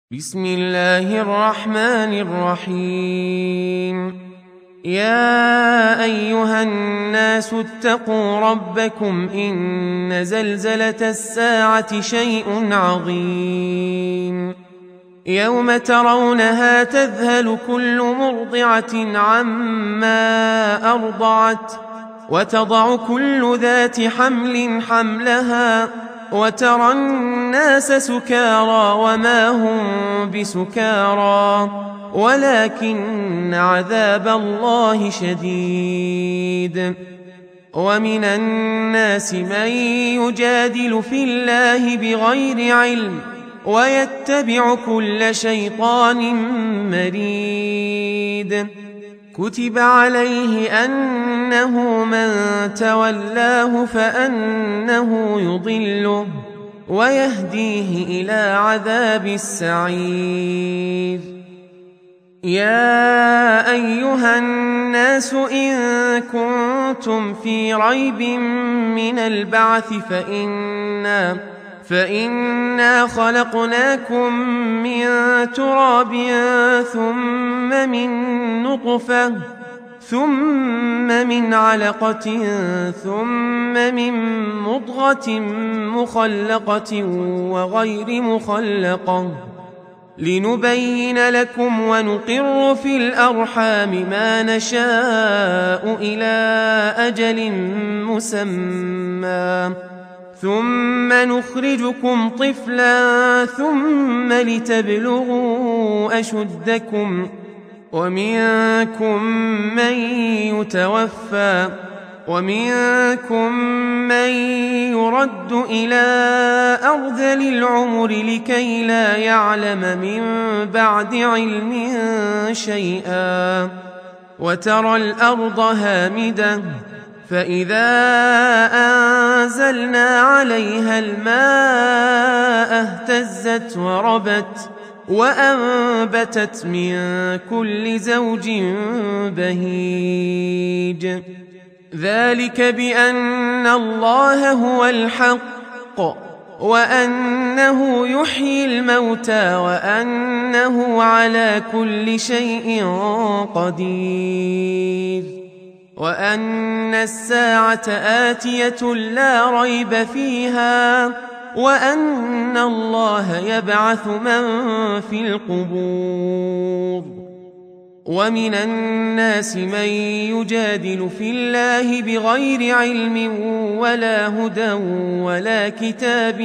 بسم الله الرحمن الرحيم. يا أيها الناس اتقوا ربكم إن زلزلة الساعة شيء عظيم يوم ترونها تذهل كل مرضعة عما أرضعت وتضع كل ذات حمل حملها وترى الناس سكارى وما هم بسكارى ولكن عذاب الله شديد. ومن الناس من يجادل في الله بغير علم ويتبع كل شيطان مريد. كتب عليه أنه من تولاه فأنه يضله ويهديه إلى عذاب السعير. يا أيها الناس إن كنتم في ريب من البعث فإنا خلقناكم من تراب ثم من نطفة ثم من علقة ثم من مضغة مخلقة وغير مخلقة لنبين لكم ونقر في الأرحام ما نشاء إلى أجل مسمى ثم نخرجكم طفلا ثم لتبلغوا أشدكم ومنكم من يتوفى ومنكم من يرد إلى أرذل العمر لكي لا يعلم من بعد علم شيئا. وترى الأرض هامدة فإذا أنزلنا عليها الماء اهتزت وربت وأنبتت من كل زوج بهيج. ذلك بأن الله هو الحق وأنه يحيي الموتى وأنه على كل شيء قدير وأن الساعة آتية لا ريب فيها وأن الله يبعث من في القبور. ومن الناس من يجادل في الله بغير علم ولا هدى ولا كتاب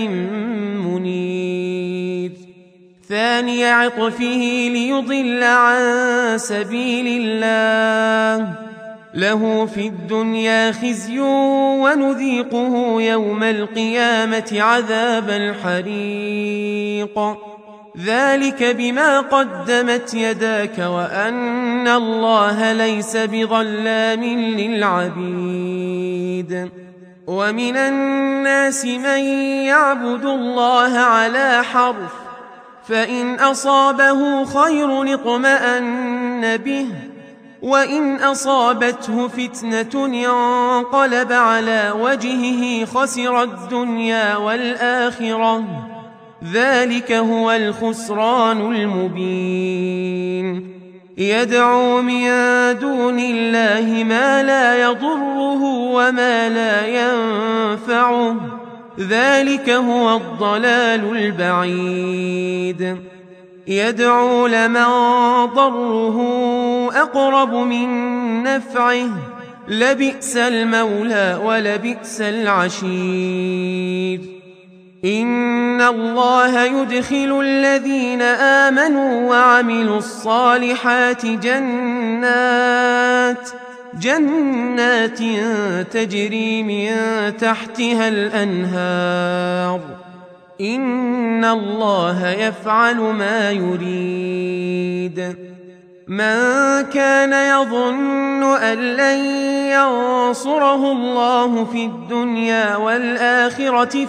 منير. ثاني عطفه ليضل عن سبيل الله له في الدنيا خزي ونذيقه يوم القيامة عذاب الحريق. ذلك بما قدمت يداك وأن الله ليس بظلام للعبيد. ومن الناس من يعبد الله على حرف فإن أصابه خير اطمأن به وإن أصابته فتنة انقلب على وجهه خسر الدنيا والآخرة ذلك هو الخسران المبين. يدعو من دون الله ما لا يضره وما لا ينفعه ذلك هو الضلال البعيد. يدعو لمن ضره أقرب من نفعه لبئس المولى ولبئس العشير. إن الله يدخل الذين آمنوا وعملوا الصالحات جنات تجري من تحتها الأنهار إن الله يفعل ما يريد. من كان يظن أن لن ينصره الله في الدنيا والآخرة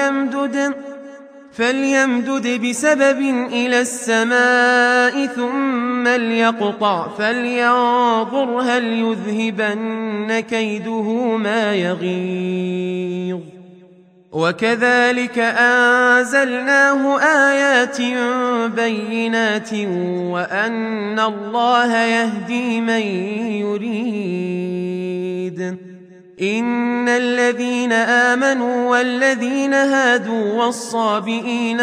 فليمدد بسبب إلى السماء ثم ليقطع فلينظر هل يذهبن كيده ما يغيظ. وكذلك أنزلناه آيات بينات وأن الله يهدي من يريد. إن الذين آمنوا والذين هادوا والصابئين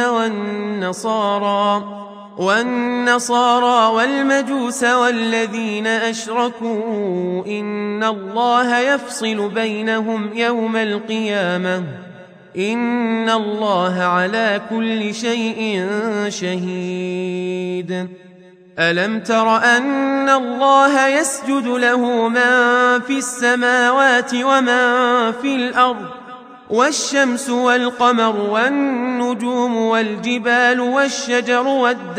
والنصارى والمجوس والذين أشركوا إن الله يفصل بينهم يوم القيامة إن الله على كل شيء شهيد. ألم تر أن الله يسجد له من في السماوات ومن في الأرض والشمس والقمر والنجوم والجبال والشجر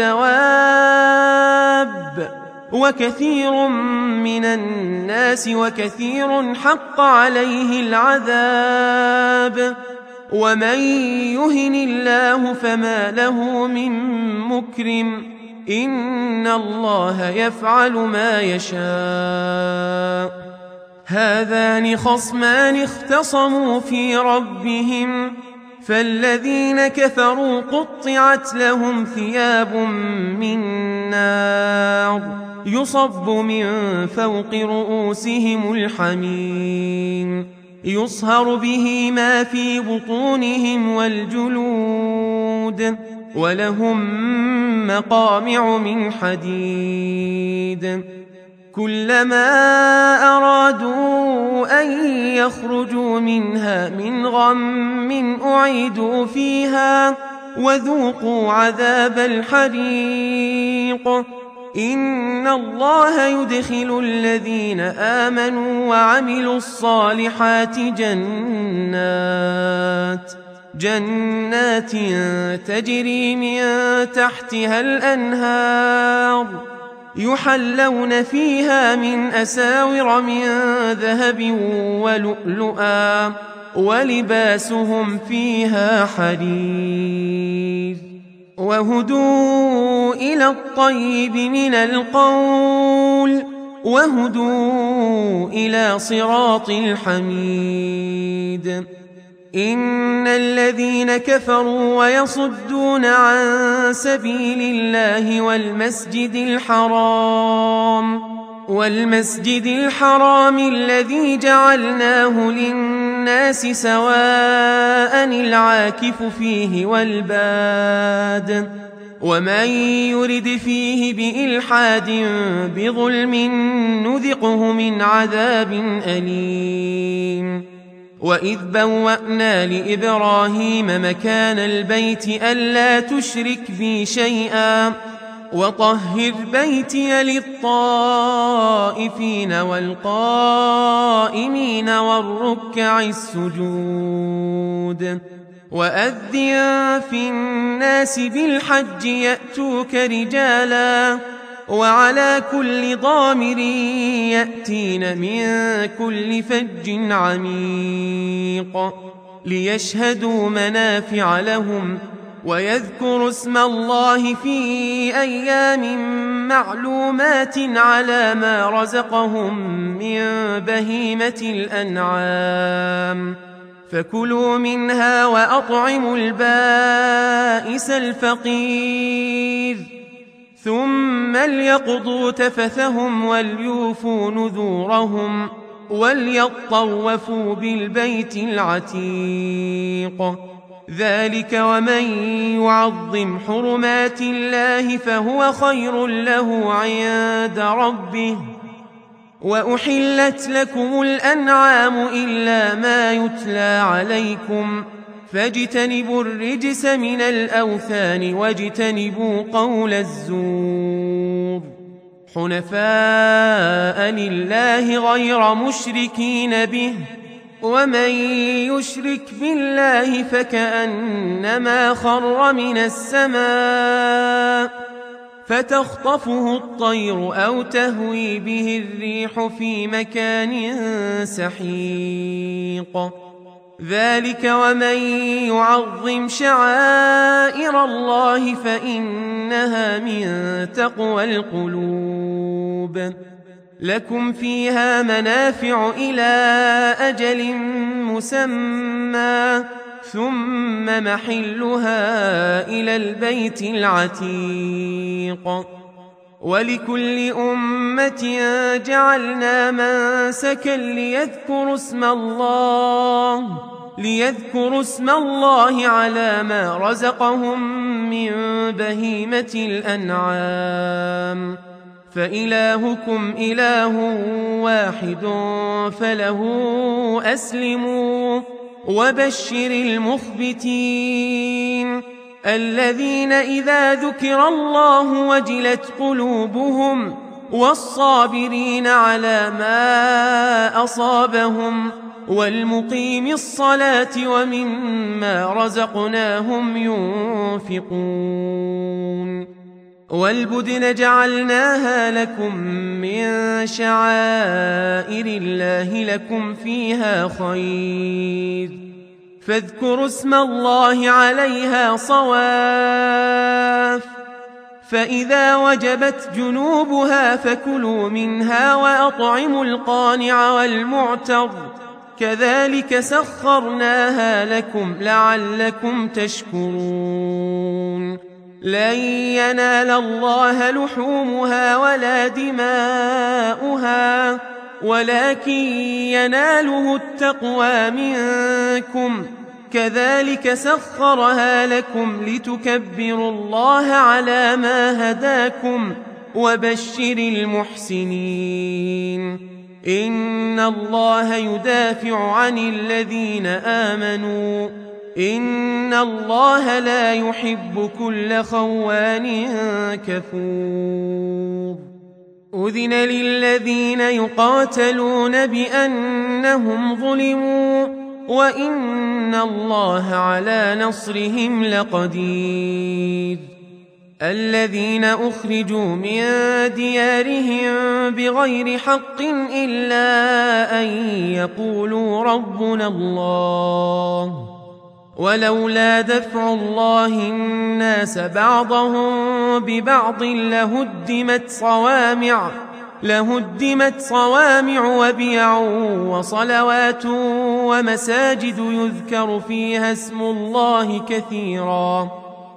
والدواب وكثير من الناس وكثير حق عليه العذاب ومن يهن الله فما له من مكرم إن الله يفعل ما يشاء. هذان خصمان اختصموا في ربهم فالذين كفروا قطعت لهم ثياب من نار يصب من فوق رؤوسهم الحميم يصهر به ما في بطونهم والجلود ولهم مقامع من حديد كلما أرادوا أن يخرجوا منها من غم أعيدوا فيها وذوقوا عذاب الحريق. إن الله يدخل الذين آمنوا وعملوا الصالحات جنات تجري من تحتها الأنهار يحلون فيها من أساور من ذهب ولؤلؤا ولباسهم فيها حرير وهدوا إلى الطيب من القول وهدوا إلى صراط الحميد. إن الذين كفروا ويصدون عن سبيل الله والمسجد الحرام الذي جعلناه للناس سواء العاكف فيه والباد ومن يرد فيه بإلحاد بظلم نذقه من عذاب أليم. وإذ بوأنا لإبراهيم مكان البيت ألا تشرك بي شيئا وطهر بيتي للطائفين والقائمين والركع السجود. وأذن في الناس بالحج يأتوك رجالا وعلى كل ضامر يأتين من كل فج عميق ليشهدوا منافع لهم ويذكروا اسم الله في أيام معلومات على ما رزقهم من بهيمة الأنعام فكلوا منها وأطعموا البائس الفقير ثم ليقضوا تفثهم وليوفوا نذورهم وليطوفوا بالبيت العتيق. ذلك ومن يعظم حرمات الله فهو خير له عند ربه. وأحلت لكم الأنعام إلا ما يتلى عليكم فاجتنبوا الرجس من الأوثان واجتنبوا قول الزور حنفاء لله غير مشركين به ومن يشرك بالله فكأنما خر من السماء فتخطفه الطير أو تهوي به الريح في مكان سحيق. ذلك ومن يعظم شعائر الله فإنها من تقوى القلوب. لكم فيها منافع إلى أجل مسمى ثم محلها إلى البيت العتيق. ولكل أمة جعلنا منسكا ليذكروا اسم الله على ما رزقهم من بهيمة الأنعام، فإلهكم إله واحد فله أسلموا. وبشر المخبتين الذين إذا ذكر الله وجلت قلوبهم، والصابرين على ما أصابهم، والمقيم الصلاة ومما رزقناهم ينفقون. والبدن جعلناها لكم من شعائر الله لكم فيها خير، فاذكروا اسم الله عليها صواف، فإذا وجبت جنوبها فكلوا منها وأطعموا القانع والمعتر، كذلك سخرناها لكم لعلكم تشكرون. لن ينال الله لحومها ولا دماؤها ولكن يناله التقوى منكم، كذلك سخرها لكم لتكبروا الله على ما هداكم. وبشر المحسنين إن الله يدافع عن الذين آمنوا، إن الله لا يحب كل خوان كفور. أذن للذين يقاتلون بأنهم ظلموا، وإن الله على نصرهم لقدير. الذين أخرجوا من ديارهم بغير حق إلا أن يقولوا ربنا الله، ولولا دفع الله الناس بعضهم ببعض لهدمت صوامع وبيع وصلوات ومساجد يذكر فيها اسم الله كثيرا،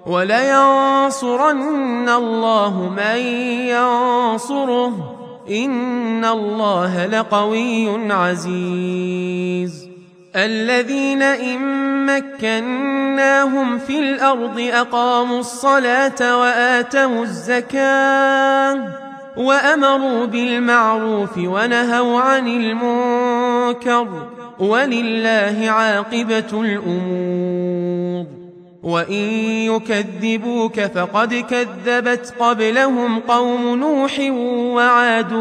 ولينصرن الله من ينصره، إن الله لقوي عزيز. الذين إن مكناهم في الأرض أقاموا الصلاة وآتوا الزكاة وأمروا بالمعروف ونهوا عن المنكر، ولله عاقبة الأمور. وإن يكذبوك فقد كذبت قبلهم قوم نوح وعاد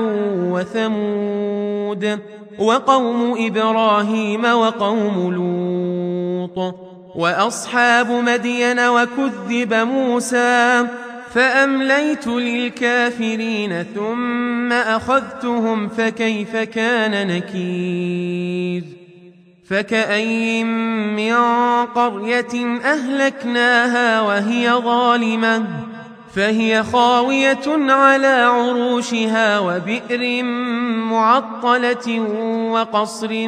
وثمود وقوم إبراهيم وقوم لوط وأصحاب مدين، وكذب موسى فأمليت للكافرين ثم أخذتهم فكيف كان نكير. فكأين من قرية أهلكناها وهي ظالمة فهي خاوية على عروشها وبئر معطلة وقصر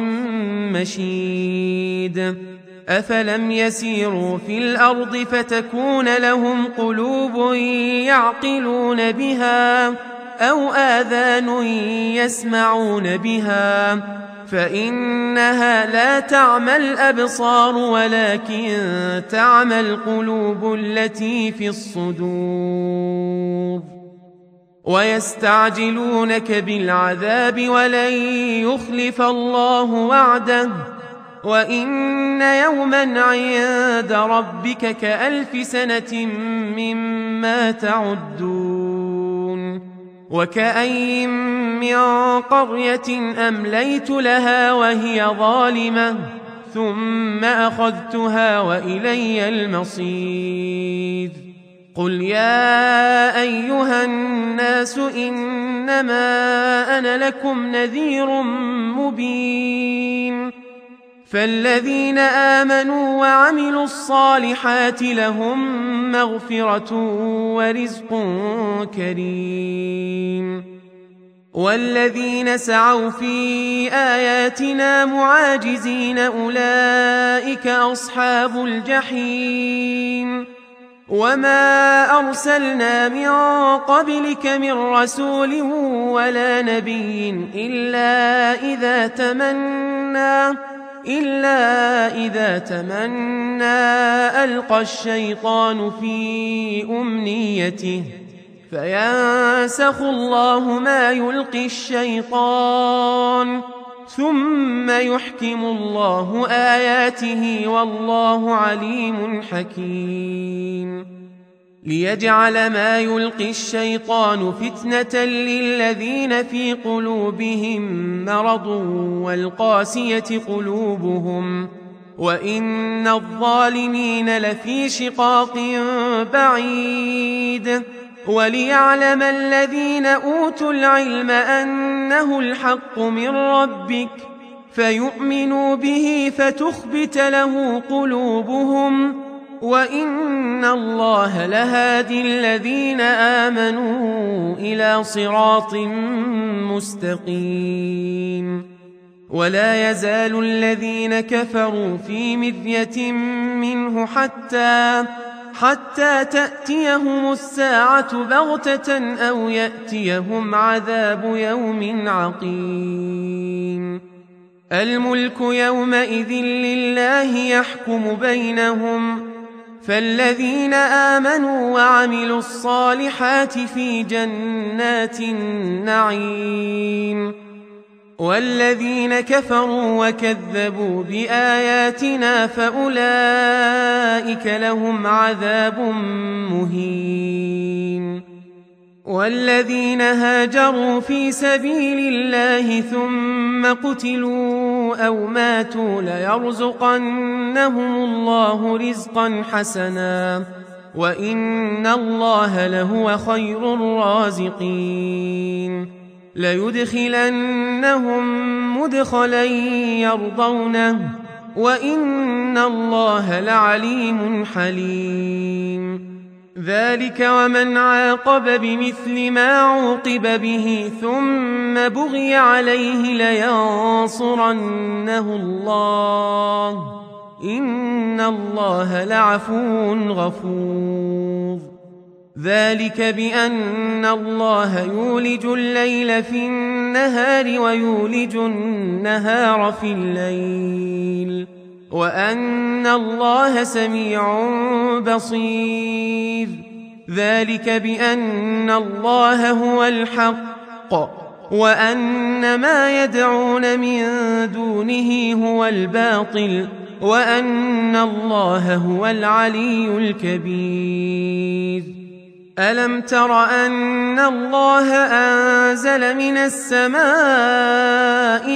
مشيد. أفلم يسيروا في الأرض فتكون لهم قلوب يعقلون بها أو آذان يسمعون بها، فإنها لا تعمى الأبصار ولكن تعمى القلوب التي في الصدور. ويستعجلونك بالعذاب ولن يخلف الله وعده، وإن يوما عند ربك كألف سنة مما تعدون. وكأين من قرية أمليت لها وهي ظالمة ثم أخذتها وإلي المصير. قل يا أيها الناس إنما أنا لكم نذير مبين، فالذين آمنوا وعملوا الصالحات لهم مغفرة ورزق كريم. والذين سعوا في آياتنا معاجزين أولئك أصحاب الجحيم وما أرسلنا من قبلك من رسول ولا نبي إلا إذا تمنى ألقى الشيطان في أمنيته فينسخ الله ما يلقي الشيطان ثم يحكم الله آياته والله عليم حكيم ليجعل ما يلقي الشيطان فتنة للذين في قلوبهم مرض والقاسية قلوبهم وإن الظالمين لفي شقاق بعيد وليعلم الذين أوتوا العلم أنه الحق من ربك فيؤمنوا به فتخبت له قلوبهم وإن الله لهادي الذين آمنوا إلى صراط مستقيم ولا يزال الذين كفروا في مرية منه حتى تأتيهم الساعة بغتة أو يأتيهم عذاب يوم عقيم الملك يومئذ لله يحكم بينهم فالذين آمنوا وعملوا الصالحات في جنات النعيم والذين كفروا وكذبوا بآياتنا فأولئك لهم عذاب مهين والذين هاجروا في سبيل الله ثم قتلوا أو ماتوا ليرزقنهم الله رزقا حسنا وإن الله لهو خير الرازقين ليدخلنهم مدخلا يرضونه وإن الله لعليم حليم ذلك ومن عاقب بمثل ما عوقب به ثم بغي عليه لينصرنه الله إن الله لعفو غفور ذلك بأن الله يولج الليل في النهار ويولج النهار في الليل وأن الله سميع بصير ذلك بأن الله هو الحق وأن ما يدعون من دونه هو الباطل وأن الله هو العلي الكبير ألم تر أن الله أنزل من السماء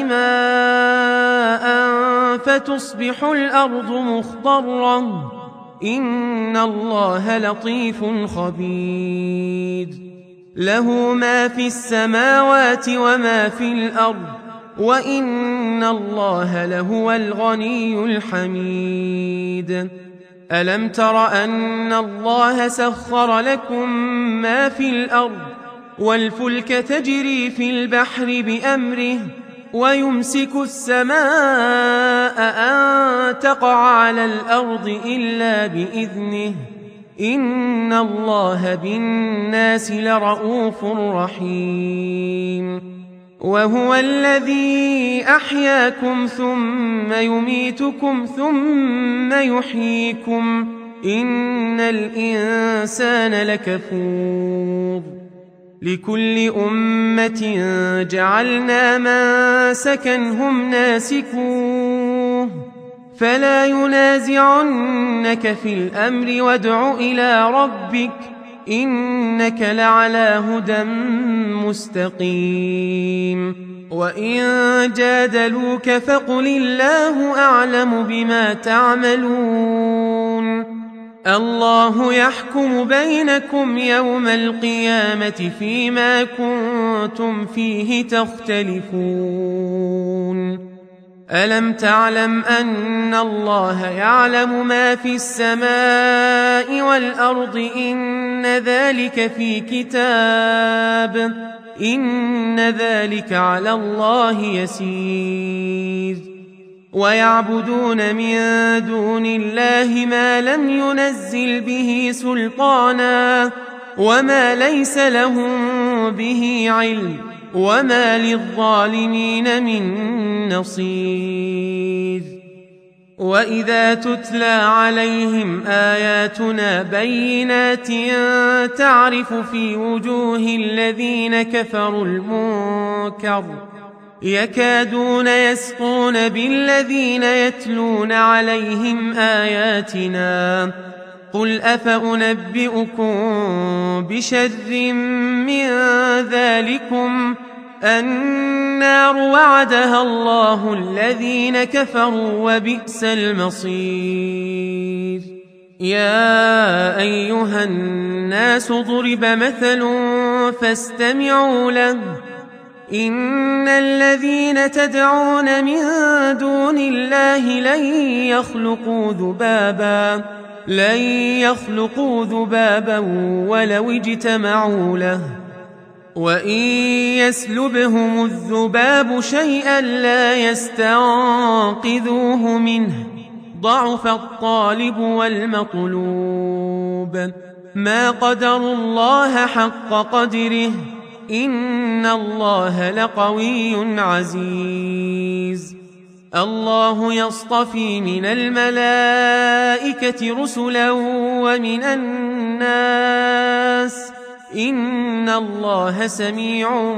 ماء فتصبح الأرض مخضرة إن الله لطيف خبير له ما في السماوات وما في الأرض وإن الله لهو الغني الحميد ألم تر أن الله سخر لكم ما في الأرض والفلك تجري في البحر بأمره ويمسك السماء أن تقع على الأرض إلا بإذنه إن الله بالناس لرءوف رحيم وهو الذي أحياكم ثم يميتكم ثم يحييكم إن الإنسان لكفور لكل أمة جعلنا منسكا هم ناسكوه فلا ينازعنك في الأمر وادع إلى ربك إنك لعلى هدى مستقيم وإن جادلوك فقل الله أعلم بما تعملون الله يحكم بينكم يوم القيامة فيما كنتم فيه تختلفون ألم تعلم أن الله يعلم ما في السماء والأرض إن ذلك في كتاب إن ذلك على الله يسير ويعبدون من دون الله ما لم ينزل به سلطانا وما ليس لهم به علم وما للظالمين من نصير وإذا تتلى عليهم آياتنا بينات تعرف في وجوه الذين كفروا المنكر يكادون يسقون بالذين يتلون عليهم آياتنا قل أفأنبئكم بشر من ذلكم النار وعدها الله الذين كفروا وبئس المصير يا أيها الناس ضرب مثل فاستمعوا له إن الذين تدعون من دون الله لن يخلقوا ذبابا ولو اجتمعوا له وإن يسلبهم الذباب شيئا لا يستنقذوه منه ضعف الطالب والمطلوب ما قدروا الله حق قدره إن الله لقوي عزيز الله يصطفي من الملائكة رسلا ومن الناس إن الله سميع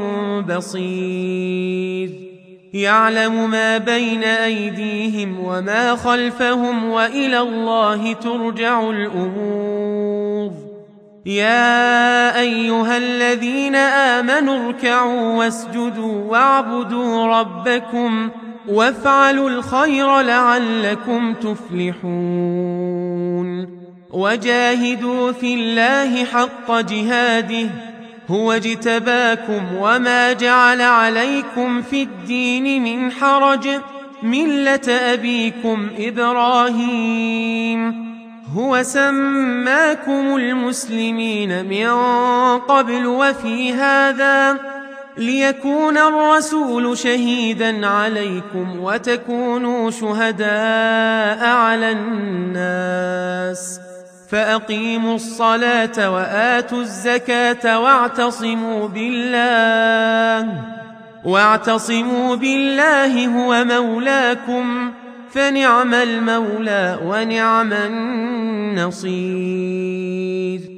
بصير يعلم ما بين أيديهم وما خلفهم وإلى الله ترجع الأمور يا أيها الذين آمنوا اركعوا واسجدوا واعبدوا ربكم وافعلوا الخير لعلكم تفلحون وجاهدوا في الله حق جهاده هو اجتباكم وما جعل عليكم في الدين من حرج ملة أبيكم إبراهيم هو سماكم المسلمين من قبل وفي هذا ليكون الرسول شهيدا عليكم وتكونوا شهداء على الناس فأقيموا الصلاة وآتوا الزكاة واعتصموا بالله هو مولاكم فنعم المولى ونعم النصير